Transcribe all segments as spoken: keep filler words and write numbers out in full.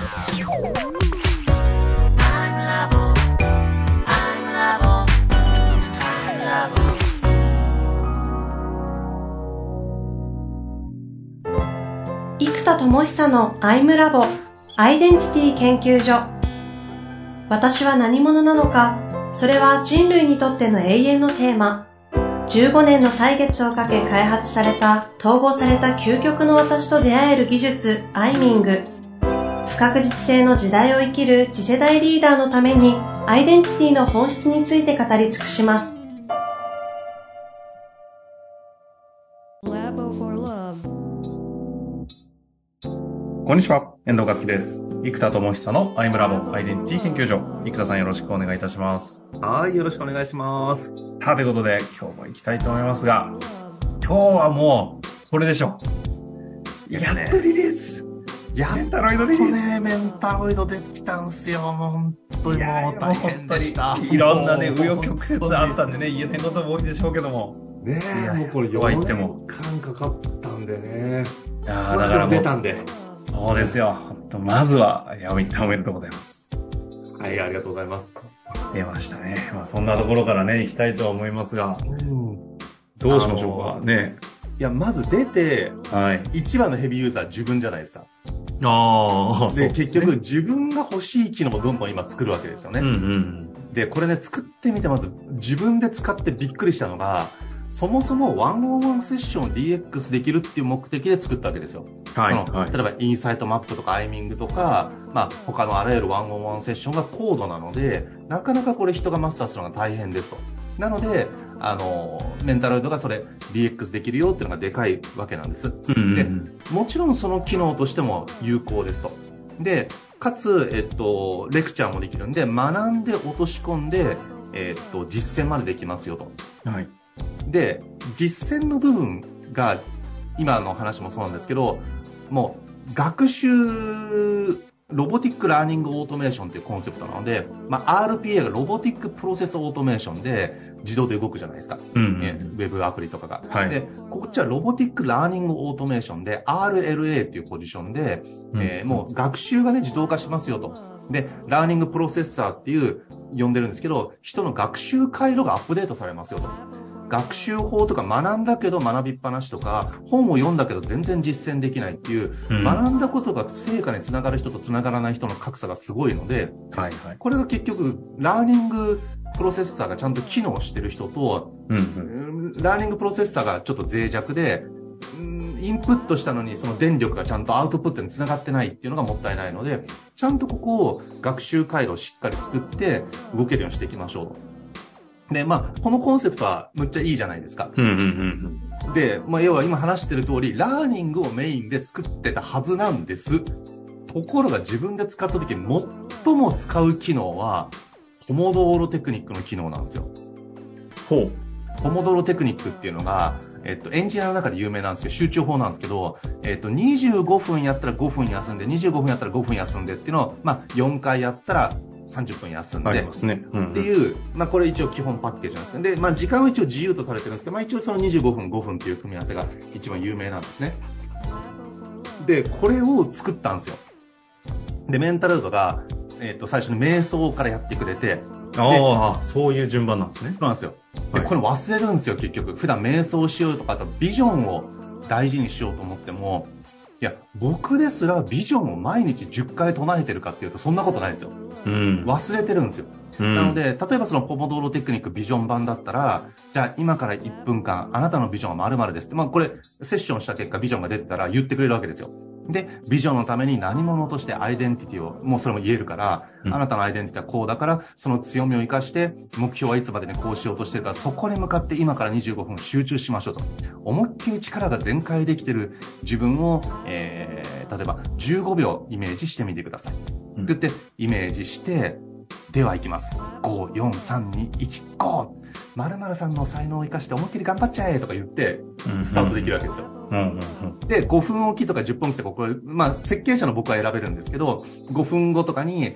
生田智久のアイムラボアイデンティティ研究所。私は何者なのか、それは人類にとっての永遠のテーマ。じゅうごねんの歳月をかけ開発された統合された究極の私と出会える技術アイミング。不確実性の時代を生きる次世代リーダーのためにアイデンティティの本質について語り尽くします。 こんにちは、遠藤和樹です。生田智久のアイムラボアイデンティティ研究所。生田さんよろしくお願いいたします。 はい、よろしくお願いします。 さあ、ということで今日も行きたいと思いますが、今日はもうこれでしょう。 やっとリリース。やっとメンタロイドリリース。 ね、メンタロイドできたんすよ。本当にもう大変でした。 いろんなね、紆余曲折あったんでね、言えないことも多いでしょうけども。 ねえ、もうこれよねんかんかかったんでね。 いやー、だからもう出たんで。 そうですよ。まずは、いや、おめでとうございます。 はい、ありがとうございます。 出ましたね。まあ、そんなところからね、行きたいと思いますが、 うん、 どうしましょうかね。 いや、まず出て、 はい、 一番のヘビーユーザー自分じゃないですか。 ああ、 で、結局自分が欲しい機能をどんどん今作るわけですよね。 うんうん、 で、これね、作ってみてまず自分で使ってびっくりしたのが、そもそもワンオンワンセッションを ディーエックス できるっていう目的で作ったわけですよ。 はい。 その、はい、例えばインサイトマップとかアイミングとか、まあ他のあらゆるワンオンワンセッションが高度なので、なかなかこれ人がマスターするのが大変ですと。なので、あの、メンタロイドがそれ ディーエックス できるよっていうのがでかいわけなんです。 うんうん、 で、もちろんその機能としても有効ですと。で、かつ、えっと、レクチャーもできるんで、学んで落とし込んで、えっと、実践までできますよと。 はい。 で、実践の部分が、今の話もそうなんですけど、もう、学習、ロボティックラーニングオートメーションっていうコンセプトなので、まあ、アールピーエー がロボティックプロセスオートメーションで自動で動くじゃないですか。 うんうん、 ね、ウェブアプリとかが。 はい。 で、こっちはロボティックラーニングオートメーションで アールエルエー っていうポジションで、うん、えー、もう学習がね、自動化しますよと。で、ラーニングプロセッサーっていう、呼んでるんですけど、人の学習回路がアップデートされますよと。学習法とか学んだけど学びっぱなしとか、本を読んだけど全然実践できないっていう、うん、学んだことが成果につながる人とつながらない人の格差がすごいので、はいはい、これが結局、ラーニングプロセッサーがちゃんと機能してる人と、うんうん、ラーニングプロセッサーがちょっと脆弱で、インプットしたのにその電力がちゃんとアウトプットにつながってないっていうのがもったいないので、ちゃんとここを学習回路をしっかり作って動けるようにしていきましょうと。で、まあ、このコンセプトはむっちゃいいじゃないですか。 うんうんうん、 で、まあ、要は今話してる通り、ラーニングをメインで作ってたはずなんです。ところが自分で使った時最も使う機能は、ポモドーロテクニックの機能なんですよ。 ほう。 ポモドーロテクニックっていうのが、えっと、エンジニアの中で有名なんですけど、集中法なんですけど、えっと、にじゅうごふんやったらごふん休んで、にじゅうごふんやったらごふん休んでっていうのを、まあ、よんかいやったら、さんじゅっぷん休んで。 ありますね。うんうん、 っていう、まあこれ一応基本パッケージなんですけど、で、まあ時間は一応自由とされてるんですけど、まあ一応そのにじゅうごふん、ごふんっていう組み合わせが一番有名なんですね。で、これを作ったんですよ。で、メンタルドが、えっと、最初に瞑想からやってくれて、 ああ、そういう順番なんですね。 そうなんですよ。で、これ忘れるんですよ、結局。普段瞑想しようとか、あとビジョンを大事にしようと思っても、いや、僕ですらビジョンを毎日じゅっかい唱えてるかっていうとそんなことないですよ。 うん、 忘れてるんですよ。うん、なので、例えばそのポモドーロテクニックビジョン版だったら、じゃあ今からいっぷんかんあなたのビジョンは〇〇ですって、まあこれセッションした結果ビジョンが出てたら言ってくれるわけですよ。で、ビジョンのために何者としてアイデンティティを、もうそれも言えるから、うん、あなたのアイデンティティはこうだから、その強みを生かして、目標はいつまでにこうしようとしてるから、そこに向かって今からにじゅうごふん集中しましょうと。思いっきり力が全開できてる自分を、えー、例えばじゅうごびょうイメージしてみてください。うん、って言って、イメージして、では行きます。ご、よん、さん、に、いち、ゴー。〇〇さんの才能を生かして思いっきり頑張っちゃえとか言って、スタートできるわけですよ。 うんうんうん、で、 ごふんおきとかじゅっぷんおきとか、これ、まあ、設計者の僕は選べるんですけど、ごふんごとかに、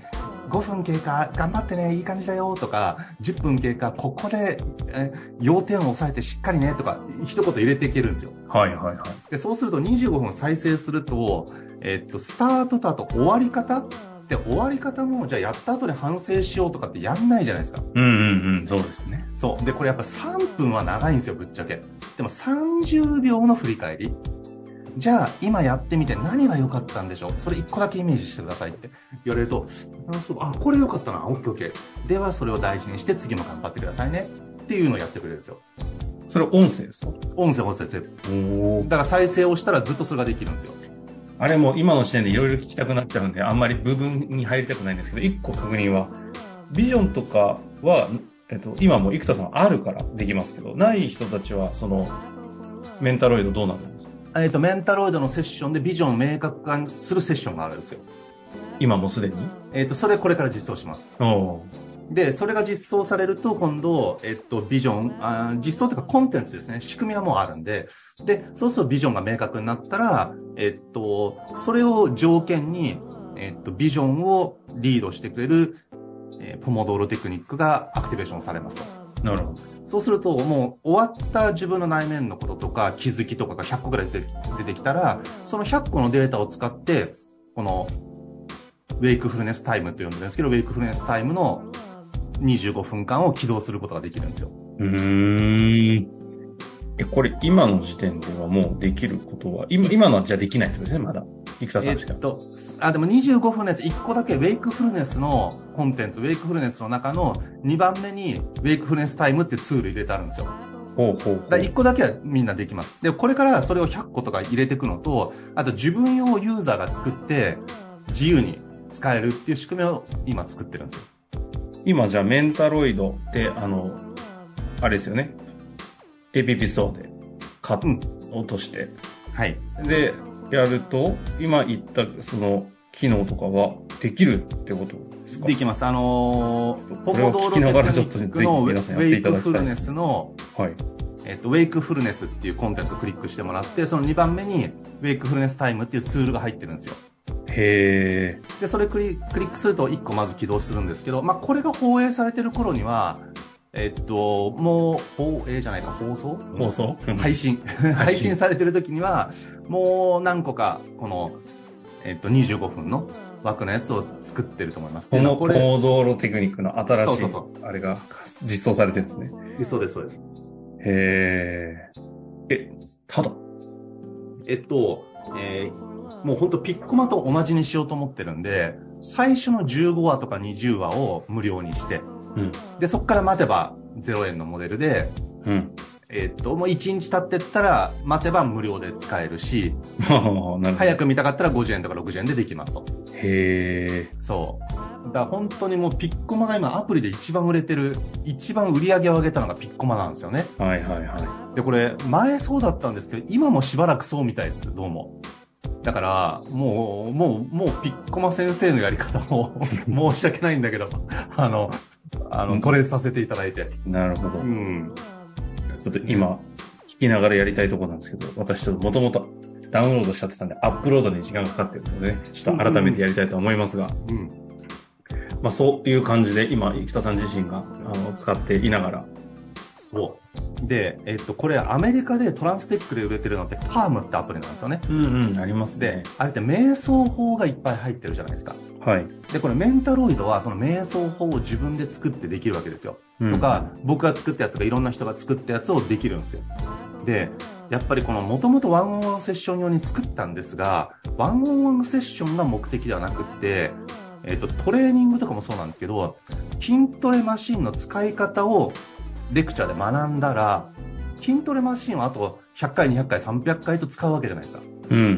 ごふん経過、頑張ってね、いい感じだよとか、じゅっぷん経過、ここで、え要点を押さえてしっかりねとか、一言入れていけるんですよ。 はいはいはい。 で、そうするとにじゅうごふん再生すると、えっと、スタートとあと終わり方で、終わり方も、じゃあやった後で反省しようとかってやんないじゃないですか。 うんうんうん、そうですね。 そう。で、これやっぱさんぷんは長いんですよ、ぶっちゃけ。でもさんじゅうびょうの振り返り。じゃあ、今やってみて何が良かったんでしょう、それいっこだけイメージしてくださいって言われると、あ、そう、あ、これ良かったな、オッケーオッケー。では、それを大事にして次も頑張ってくださいね。っていうのをやってくれるんですよ。 それ音声ですか？ 音声、音声全部。 おー。 だから再生をしたらずっとそれができるんですよ。 あれも今の時点でいろいろ聞きたくなっちゃうんで、あんまり部分に入りたくないんですけど、一個確認は、ビジョンとかは、えっと、今も生田さんあるからできますけど、ない人たちは、その、メンタロイドどうなるんですか？ えっと、メンタロイドのセッションでビジョンを明確化するセッションがあるんですよ。 今もすでに？ えっと、それこれから実装します。 おー。 で、それが実装されると、今度、えっと、ビジョン、あ実装というかコンテンツですね。仕組みはもうあるんで、で、そうするとビジョンが明確になったら、えっと、それを条件に、えっと、ビジョンをリードしてくれる、えーポモドーロテクニックがアクティベーションされますと。 なるほど。 そうすると、もう終わった自分の内面のこととか気づきとかがひゃっこぐらい出て出てきたら、そのひゃっこのデータを使って、この、ウェイクフルネスタイムと呼んでるんですけど、ウェイクフルネスタイムのにじゅうごふんかんを起動することができるんですよ。 うーん。え、これ今の時点ではもうできることは、今、今のはじゃあできないってことですね、まだ。生田さんしか。 えっと、あ、でもにじゅうごふんのやついっこだけウェイクフルネスのコンテンツ、ウェイクフルネスの中のにばんめにウェイクフルネスタイムってツール入れてあるんですよ。 ほうほうほう。 だいっこだけはみんなできます。で、これからそれをひゃっことか入れていくのと、あと自分用ユーザーが作って自由に使えるっていう仕組みを今作ってるんですよ。 今じゃあメンタロイドって、あの、あれですよね。エーピーピー ストアで買おうとして。 はい。 で、やると、今言ったその機能とかはできるってことですか？ できます。あのー、ポこれを聞きながらちょっとテぜひクニックのウ皆さんやってェイいただきたい。 クフルネスの、 はい。 えっと、ウェイクフルネスっていうコンテンツをクリックしてもらって、そのにばんめにウェイクフルネスタイムっていうツールが入ってるんですよ。 へで、それクリクリックするといっこまず起動するんですけど、まあ、これが放映されてる頃には、えっと、もう、放映じゃないか、放送ー。放送？ 配信。配信されてる時には、もう何個か、この、えっと、にじゅうごふんの枠のやつを作ってると思います。 このポこれモドーロテクニックの新しい、 そうそうあれが実装されてるんですね。 そうです、そうです。 へー。え、ただえっと、えーもう本当ピッコマと同じにしようと思ってるんで、最初のじゅうごわとかにじゅうわを無料にして、 うん。 で、そこから待てばゼロえんのモデルで、 うん。 えっと、もういちにち経ってったら、待てば無料で使えるし、 なるほど。 早く見たかったらごじゅうえんとかろくじゅうえんでできますと。 へー。 そう。だから本当にもうピッコマが今アプリで一番売れてる、一番売り上げを上げたのがピッコマなんですよね。 はいはいはい。 で、これ、前そうだったんですけど、今もしばらくそうみたいです、どうも。だから、もう、もう、もうピッコマ先生のやり方を申し訳ないんだけど、あの、あの、トレースさせていただいて。 なるほど。 うん。 ちょっと今、聞きながらやりたいところなんですけど、私ちょっともともとダウンロードしちゃってたんで、アップロードに時間がかかってるのでね、ちょっと改めてやりたいと思いますが、 うん。 まあそういう感じで今、生田さん自身があの使っていながら、 そう。で、えっと、これアメリカでトランステックで売れてるのってパームってアプリなんですよね。 うんうん、ありますでね。、 あれって瞑想法がいっぱい入ってるじゃないですか。 はい。 で、これメンタロイドはその瞑想法を自分で作ってできるわけですよ。 うん、 とか、僕が作ったやつがいろんな人が作ったやつをできるんですよ。で、やっぱりこの元々ワンオンワンセッション用に作ったんですが、ワンオンワンセッションが目的ではなくって、えっと、トレーニングとかもそうなんですけど、筋トレマシンの使い方をレクチャーで学んだら、筋トレマシンはあとひゃっかい、にひゃっかい、さんびゃっかいと使うわけじゃないですか。 うんうんうん。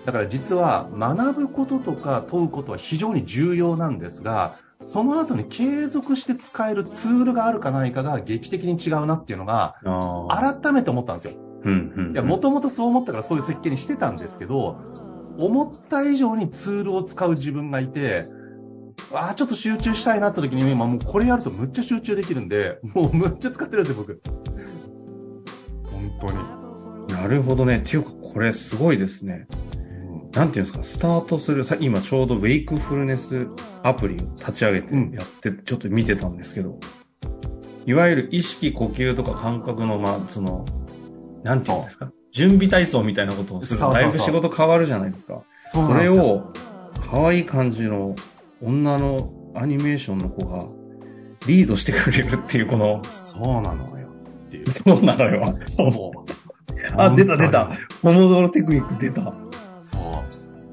だから実は学ぶこととか問うことは非常に重要なんですが、その後に継続して使えるツールがあるかないかが劇的に違うなっていうのが、改めて思ったんですよ。 うんうんうん、 いや、もともとそう思ったからそういう設計にしてたんですけど、思った以上にツールを使う自分がいて、ああ、ちょっと集中したいなった時に、今もうこれやるとむっちゃ集中できるんで、もうむっちゃ使ってるんですよ、僕。本当に。 なるほどね。っていうか、これすごいですね。なんていうんですか、スタートする、さ、今ちょうどウェイクフルネスアプリを立ち上げてやって、ちょっと見てたんですけど、いわゆる意識、呼吸とか感覚の、まあ、その、なんていうんですか、準備体操みたいなことをすると、だいぶ仕事変わるじゃないですか。そうそうそう。それを、可愛い感じの女のアニメーションの子がリードしてくれるっていう、この。 そうなのよ。っていう。 そうなのよ。そう。あ、出た出た。ポモドーロテクニック出た。 そう。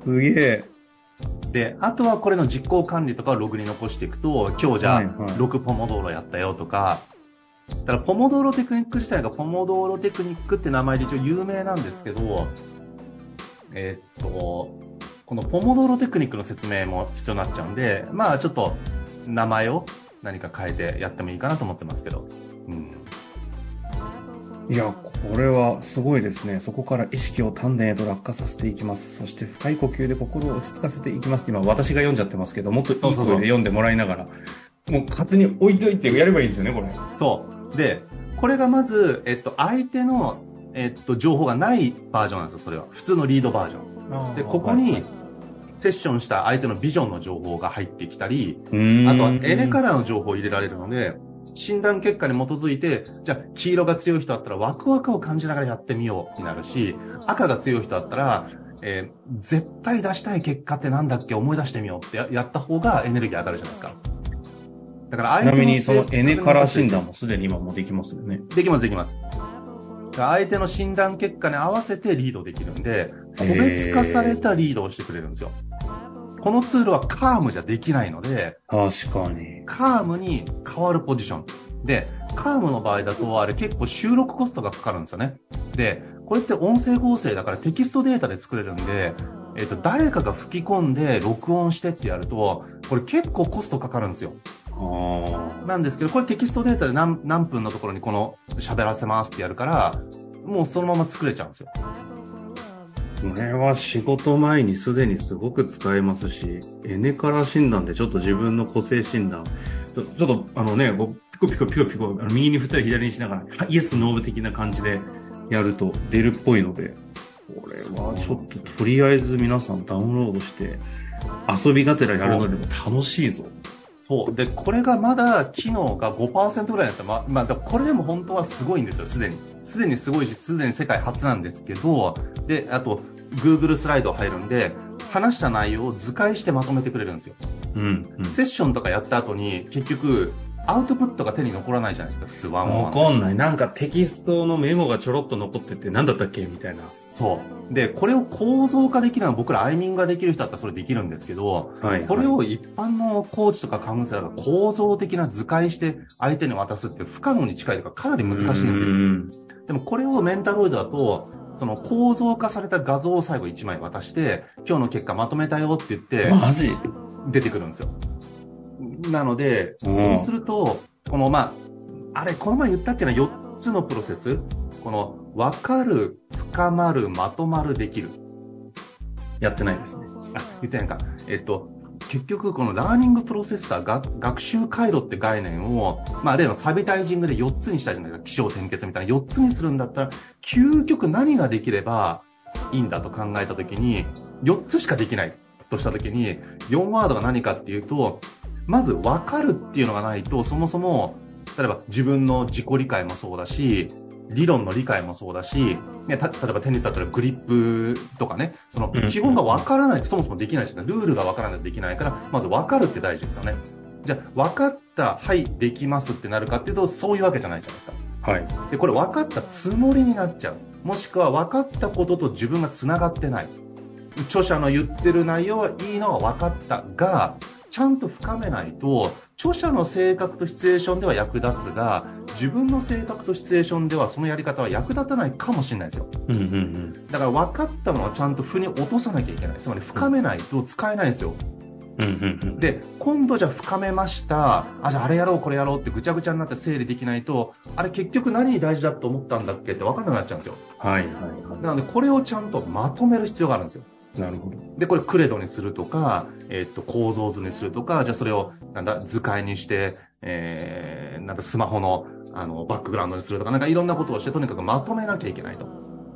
すげえ。 で、あとはこれの実行管理とかをログに残していくと、今日じゃあろくポモドーロやったよとか、だからポモドーロテクニック自体がポモドーロテクニックって名前で一応有名なんですけど、えー、っと、このポモドーロテクニックの説明も必要になっちゃうんで、まあちょっと名前を何か変えてやってもいいかなと思ってますけど。うん、 いや、これはすごいですね。そこから意識を丹田へと落下させていきます。そして深い呼吸で心を落ち着かせていきます。今私が読んじゃってますけど、もっといい声で読んでもらいながら、そうそうそう、もう勝手に置いといてやればいいんですよね、これ。 そう。で、これがまず、えっと、相手の、えっと、情報がないバージョンなんですよ、それは。普通のリードバージョン。で、ここに、セッションした相手のビジョンの情報が入ってきたり、あとはエネカラーの情報を入れられるので、診断結果に基づいて、じゃあ黄色が強い人だったらワクワクを感じながらやってみようになるし、赤が強い人だったら、えー、絶対出したい結果ってなんだっけ思い出してみようって や, やった方がエネルギー上がるじゃないですか。だから相手のちなみにそのエネカラー診断もすでに今もできますよね。 できますできます。相手の診断結果に合わせてリードできるんで、個別化されたリードをしてくれるんですよ。このツールはカームじゃできないので、 確かに。 カームに変わるポジション。で、カームの場合だと、あれ結構収録コストがかかるんですよね。で、これって音声合成だからテキストデータで作れるんで、えっと、誰かが吹き込んで録音してってやると、これ結構コストかかるんですよ。なんですけど、これテキストデータで 何, 何分のところにこの喋らせますってやるから、もうそのまま作れちゃうんですよ。 これは仕事前にすでにすごく使えますし、エネカラ診断でちょっと自分の個性診断、ちょ, ちょっとあのね、ピコピコピコピコ、あの右に振ったり左にしながら、イエスノー的な感じでやると出るっぽいので、これはちょっととりあえず皆さんダウンロードして遊びがてらやるのでも楽しいぞ。 そう。で、これがまだ機能が ごパーセント ぐらいなんですよ。ま、まあ、これでも本当はすごいんですよ、すでに。すでにすごいし、すでに世界初なんですけど、で、あと、Google スライド入るんで、話した内容を図解してまとめてくれるんですよ。 うん、うん。 セッションとかやった後に、結局、アウトプットが手に残らないじゃないですか、普通ワンオンワン。 残んない。なんかテキストのメモがちょろっと残ってて、なんだったっけみたいな。 そう。で、これを構造化できるのは僕らアイミングができる人だったらそれできるんですけど、はいはい、これを一般のコーチとかカウンセラーが構造的な図解して相手に渡すって不可能に近いとかかなり難しいんですよ。でもこれをメンタロイドだと、その構造化された画像を最後いちまい渡して、今日の結果まとめたよって言って、 マジ出てくるんですよ。なので、そうすると、この、まあ、あれ、この前言ったっけな、よっつのプロセス。この、わかる、深まる、まとまる、できる。 やってないですね。 あ、言ってないか。えっと、結局、このラーニングプロセッサーが、学習回路って概念を、まあ、例のサビタイジングでよっつにしたいじゃないですか。起承転結みたいなよっつにするんだったら、究極何ができればいいんだと考えたときに、よっつしかできないとしたときに、よんワードが何かっていうと、まず分かるっていうのがないと、そもそも、例えば自分の自己理解もそうだし、理論の理解もそうだし、ね、た、例えばテニスだったらグリップとかね、その基本が分からないとそもそもできないし、ルールが分からないとできないから、まず分かるって大事ですよね。じゃあ、分かった、はい、できますってなるかっていうと、そういうわけじゃないじゃないですか。 はい。 で、これ分かったつもりになっちゃう。もしくは分かったことと自分が繋がってない。著者の言ってる内容はいいのは分かったが、ちゃんと深めないと、著者の性格とシチュエーションでは役立つが、自分の性格とシチュエーションではそのやり方は役立たないかもしれないですよ。 うんうんうん、 だから分かったのはちゃんと腑に落とさなきゃいけない。つまり深めないと使えないんですよ。 うんうんうん、 で、今度じゃあ深めました。あ、じゃああれやろうこれやろうってぐちゃぐちゃになって整理できないと、あれ結局何に大事だと思ったんだっけって分かんなくなっちゃうんですよ。 はいはいはい。 なのでこれをちゃんとまとめる必要があるんですよ。 なるほど。 で、これクレドにするとか、えー、っと、構造図にするとか、じゃあそれを、なんだ、図解にして、えー、なんだ、スマホの、あの、バックグラウンドにするとか、なんかいろんなことをして、とにかくまとめなきゃいけないと。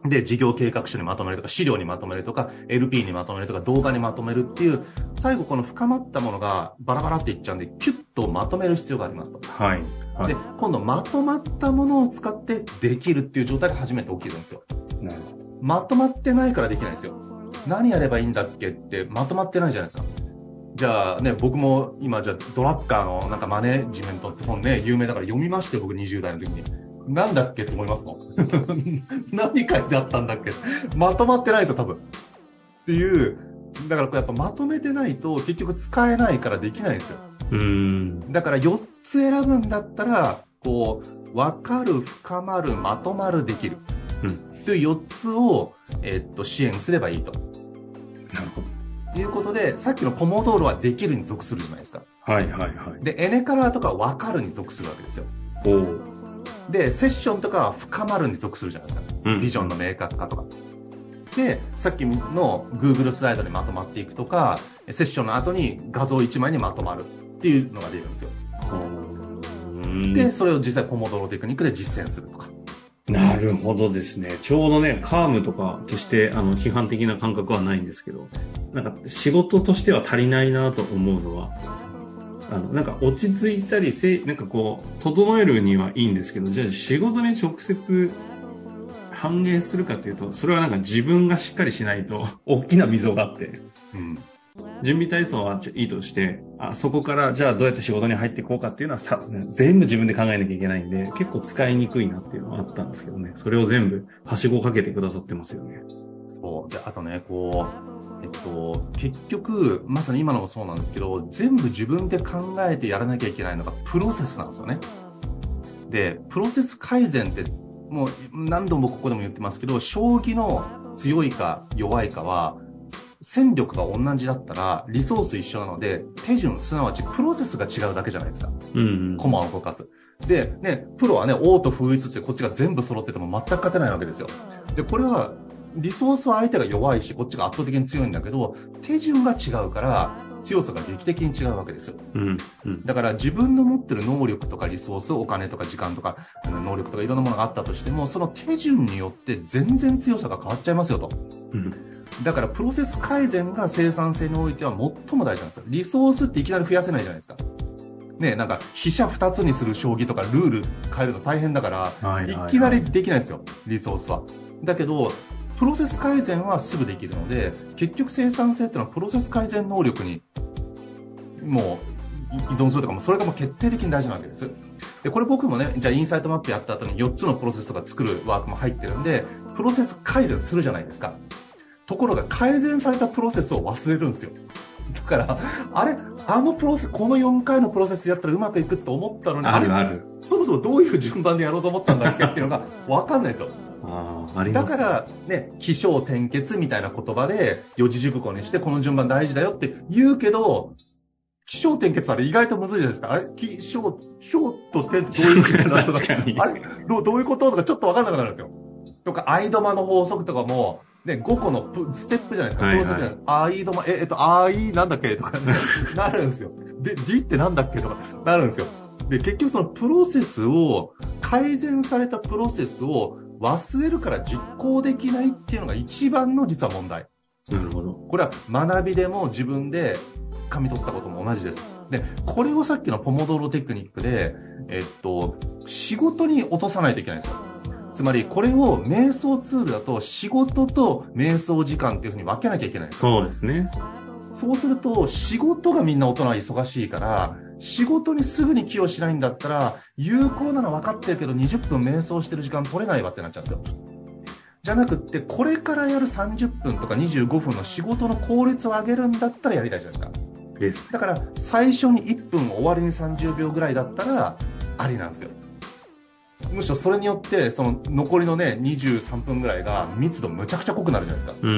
で、事業計画書にまとめるとか、資料にまとめるとか、エルピー にまとめるとか、動画にまとめるっていう、最後この深まったものがバラバラっていっちゃうんで、キュッとまとめる必要がありますと。 はい。はい、 で、今度まとまったものを使ってできるっていう状態が初めて起きるんですよ。 なるほど。 まとまってないからできないんですよ。何やればいいんだっけってまとまってないじゃないですか。じゃあね、僕も今じゃあドラッカーのなんかマネージメントって本ね、有名だから読みまして、僕にじゅう代の時に。なんだっけって思いますもん。何書いてあったんだっけまとまってないですよ、多分。っていう、だからこれやっぱまとめてないと結局使えないからできないんですよ。 うーん。 だからよっつ選ぶんだったら、こう、わかる、深まる、まとまる、できる。 うん。 というよっつを、えっと、支援すればいいと。 なるほど。 ということで、さっきのポモドーロはできるに属するじゃないですか。 はいはいはい。 で、エネカラーとかわかるに属するわけですよ。 おー。 で、セッションとかは深まるに属するじゃないですか。 うん。 ビジョンの明確化とか。で、さっきの Google スライドにまとまっていくとか、セッションの後に画像いちまいにまとまるっていうのが出るんですよ。で、それを実際ポモドーロテクニックで実践するとか。 なるほどですね。ちょうどね、カームとか決してあの批判的な感覚はないんですけど、なんか仕事としては足りないなと思うのは、あの、なんか落ち着いたり、せなんかこう、整えるにはいいんですけど、じゃあ仕事に直接反映するかというと、それはなんか自分がしっかりしないと、大きな溝があって、 うん。 準備体操はいいとして、あそこからじゃあどうやって仕事に入っていこうかっていうのはさ全部自分で考えなきゃいけないんで、結構使いにくいなっていうのはあったんですけどね。それを全部はしごをかけてくださってますよね。 そう。で、あとね、こう、えっと、結局、まさに今のもそうなんですけど、全部自分で考えてやらなきゃいけないのがプロセスなんですよね。で、プロセス改善って、もう何度もここでも言ってますけど、将棋の強いか弱いかは、戦力が同じだったら、リソース一緒なので、手順、すなわちプロセスが違うだけじゃないですか。 うん、うん。 駒を動かす。で、ね、プロはね、王と風一ってこっちが全部揃ってても全く勝てないわけですよ。で、これは、リソースは相手が弱いし、こっちが圧倒的に強いんだけど、手順が違うから、強さが劇的に違うわけですよ。 うん、うん。 だから自分の持ってる能力とかリソース、お金とか時間とか、能力とかいろんなものがあったとしても、その手順によって全然強さが変わっちゃいますよと。 うん。 だからプロセス改善が生産性においては最も大事なんですよ。リソースっていきなり増やせないじゃないですか。ね、なんか飛車二つにする将棋とかルール変えるの大変だから、 はいはいはい、 いきなりできないですよ、リソースは。だけど、プロセス改善はすぐできるので、結局生産性っていうのはプロセス改善能力にもう依存するとか、もうそれがもう決定的に大事なわけです。で、これ僕もね、じゃあインサイトマップやった後によっつのプロセスとか作るワークも入ってるんで、プロセス改善するじゃないですか。ところが改善されたプロセスを忘れるんですよ。だから、あれあのプロセス、このよんかいのプロセスやったらうまくいくって思ったのに、 あるある。 そもそもどういう順番でやろうと思ったんだっけっていうのがわかんないですよ。 ああ、ありますね。 だからね、起承転結みたいな言葉で四字熟語にしてこの順番大事だよって言うけど、起承転結あれ意外とむずいじゃないですか。あれ起承、承と転どういうことだとか、あれどうどういうこととかちょっとわかんなくなるんですよ。とか、アイドマの法則とかも、ね、ごこのステップじゃないですか。プロセスじゃないですか。アイドマ、え、えっと、アイなんだっけとか、ね、なるんですよ。で、D ってなんだっけとか、なるんですよ。で、結局そのプロセスを、改善されたプロセスを忘れるから実行できないっていうのが一番の実は問題。 なるほど。 これは学びでも自分で掴み取ったことも同じです。で、これをさっきのポモドーロテクニックで、えっと、仕事に落とさないといけないんですよ。つまり、これを瞑想ツールだと仕事と瞑想時間っていうふうに分けなきゃいけないんですよ。 そうですね。 そうすると、仕事がみんな大人は忙しいから、仕事にすぐに寄与しないんだったら、有効なの分かってるけどにじゅっぷん瞑想してる時間取れないわってなっちゃうんですよ。じゃなくって、これからやるさんじゅっぷんとかにじゅうごふんの仕事の効率を上げるんだったらやりたいじゃないですか。 です。 だから、最初にいっぷん終わりにさんじゅうびょうぐらいだったら、ありなんですよ。むしろそれによって、その残りのね、にじゅうさんぷんぐらいが密度むちゃくちゃ濃くなるじゃないですか。 うん。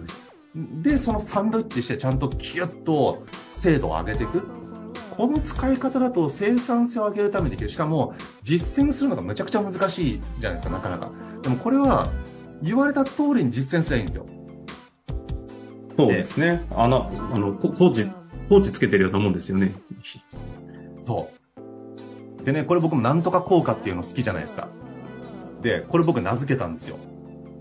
で、そのサンドイッチしてちゃんとキュッと精度を上げていく。この使い方だと生産性を上げるためにできる。しかも、実践するのがむちゃくちゃ難しいじゃないですか、なかなか。でもこれは、言われた通りに実践すればいいんですよ。 そうですね。あの、あの、コーチ、コーチつけてるようなもんですよね。 そう。でね、これ僕もなんとか効果っていうの好きじゃないですか。で、これ僕名付けたんですよ。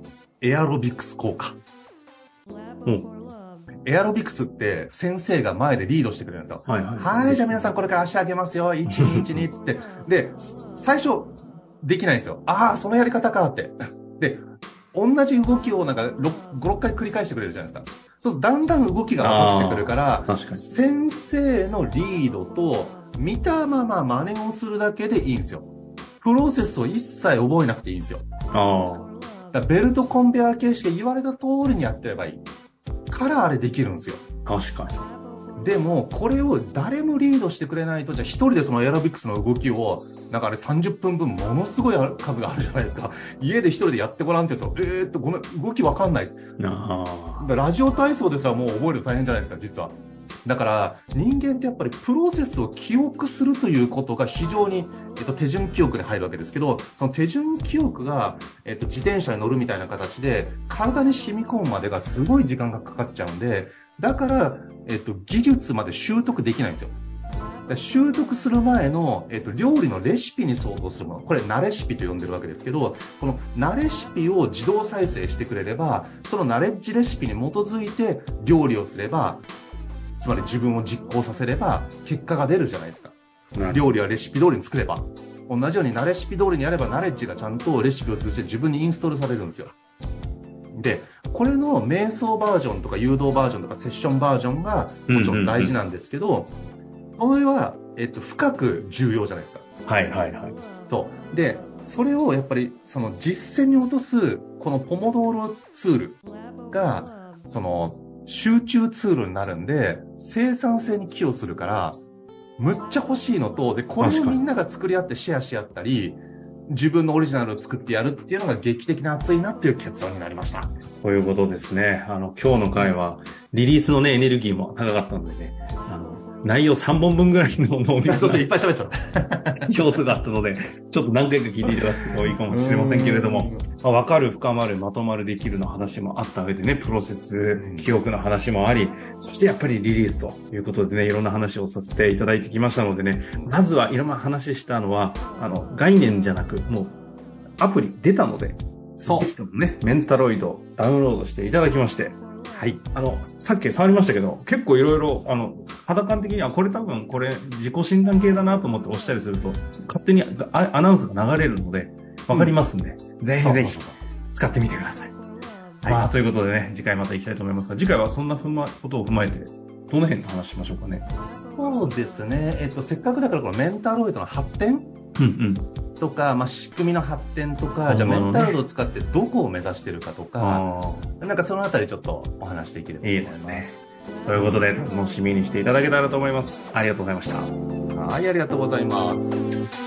エアロビクス効果。 うん。 エアロビクスって先生が前でリードしてくれるんですよ。 はいはい。 はい、じゃあ皆さんこれから足上げますよ。いち、に、いち、につって。で、最初、できないんですよ。ああ、そのやり方かって。で、同じ動きをなんかご、ろっかい繰り返してくれるじゃないですか。そう、だんだん動きが分かってくるから、 確かに先生のリードと見たまま真似をするだけでいいんですよ。プロセスを一切覚えなくていいんですよ。 あだからベルトコンベア形式で言われた通りにやってればいい。からあれできるんですよ。 確かに。 でも、これを誰もリードしてくれないと、じゃあ一人でそのエアロビクスの動きを、なんかあれさんじゅっぷんぶんものすごい数があるじゃないですか。家で一人でやってごらんって言うと、えーっと、ごめん、動きわかんない。 あラジオ体操ですらもう覚えると大変じゃないですか、実は。だから、人間ってやっぱりプロセスを記憶するということが非常に、えっと、手順記憶に入るわけですけど、その手順記憶が、えっと、自転車に乗るみたいな形で、体に染み込むまでがすごい時間がかかっちゃうんで、だから、えっと、技術まで習得できないんですよ。習得する前の、えっと、料理のレシピに相当するもの。これ、ナレシピと呼んでるわけですけど、このナレシピを自動再生してくれれば、そのナレッジレシピに基づいて料理をすれば、つまり自分を実行させれば、結果が出るじゃないですか。料理はレシピ通りに作れば。同じようにナレシピ通りにやれば、ナレッジがちゃんとレシピを通じて自分にインストールされるんですよ。で、これの瞑想バージョンとか誘導バージョンとかセッションバージョンがもちろん大事なんですけど、うんうんうんこれは、えっと、深く重要じゃないですか。 はいはいはい。 そう。で、それをやっぱり、その実践に落とす、このポモドーロツールが、その、集中ツールになるんで、生産性に寄与するから、むっちゃ欲しいのと、で、これをみんなが作り合ってシェアし合ったり、自分のオリジナルを作ってやるっていうのが劇的な熱いなっていう結論になりました。 こういうことですね。あの、今日の回は、リリースのね、エネルギーも高かったのでね、あの、内容さんぼんぶんぐらいの脳みそがいっぱい喋っちゃった。 上手だったので、ちょっと何回か聞いていただくといいかもしれませんけれども、まあ、分かる、深まる、まとまる、できるの話もあった上でね、プロセス、記憶の話もあり、そしてやっぱりリリースということでね、いろんな話をさせていただいてきましたのでね、まずはいろんな話したのは、あの、概念じゃなく、もう、アプリ出たので、 そう。 ぜひともね、メンタロイドダウンロードしていただきまして、はい。あの、さっき触りましたけど、結構いろいろ、あの、肌感的には、これ多分、これ、自己診断系だなと思って押したりすると、勝手にアアナウンスが流れるので、わかりますんで、うん、ぜひぜひ、使ってみてください。はい。まあ、ということでね、次回また行きたいと思いますが、次回はそんなふま、ことを踏まえて、どの辺の話しましょうかね。 そうですね。えっと、せっかくだからこのメンタロイドの発展うんうん。 とか、まあ、仕組みの発展とか、じゃあメンタロイドを使ってどこを目指してるかとか、なんかそのあたりちょっとお話しできればと思います。 いいですね。ということで、楽しみにしていただけたらと思います。ありがとうございました。 はい、ありがとうございます。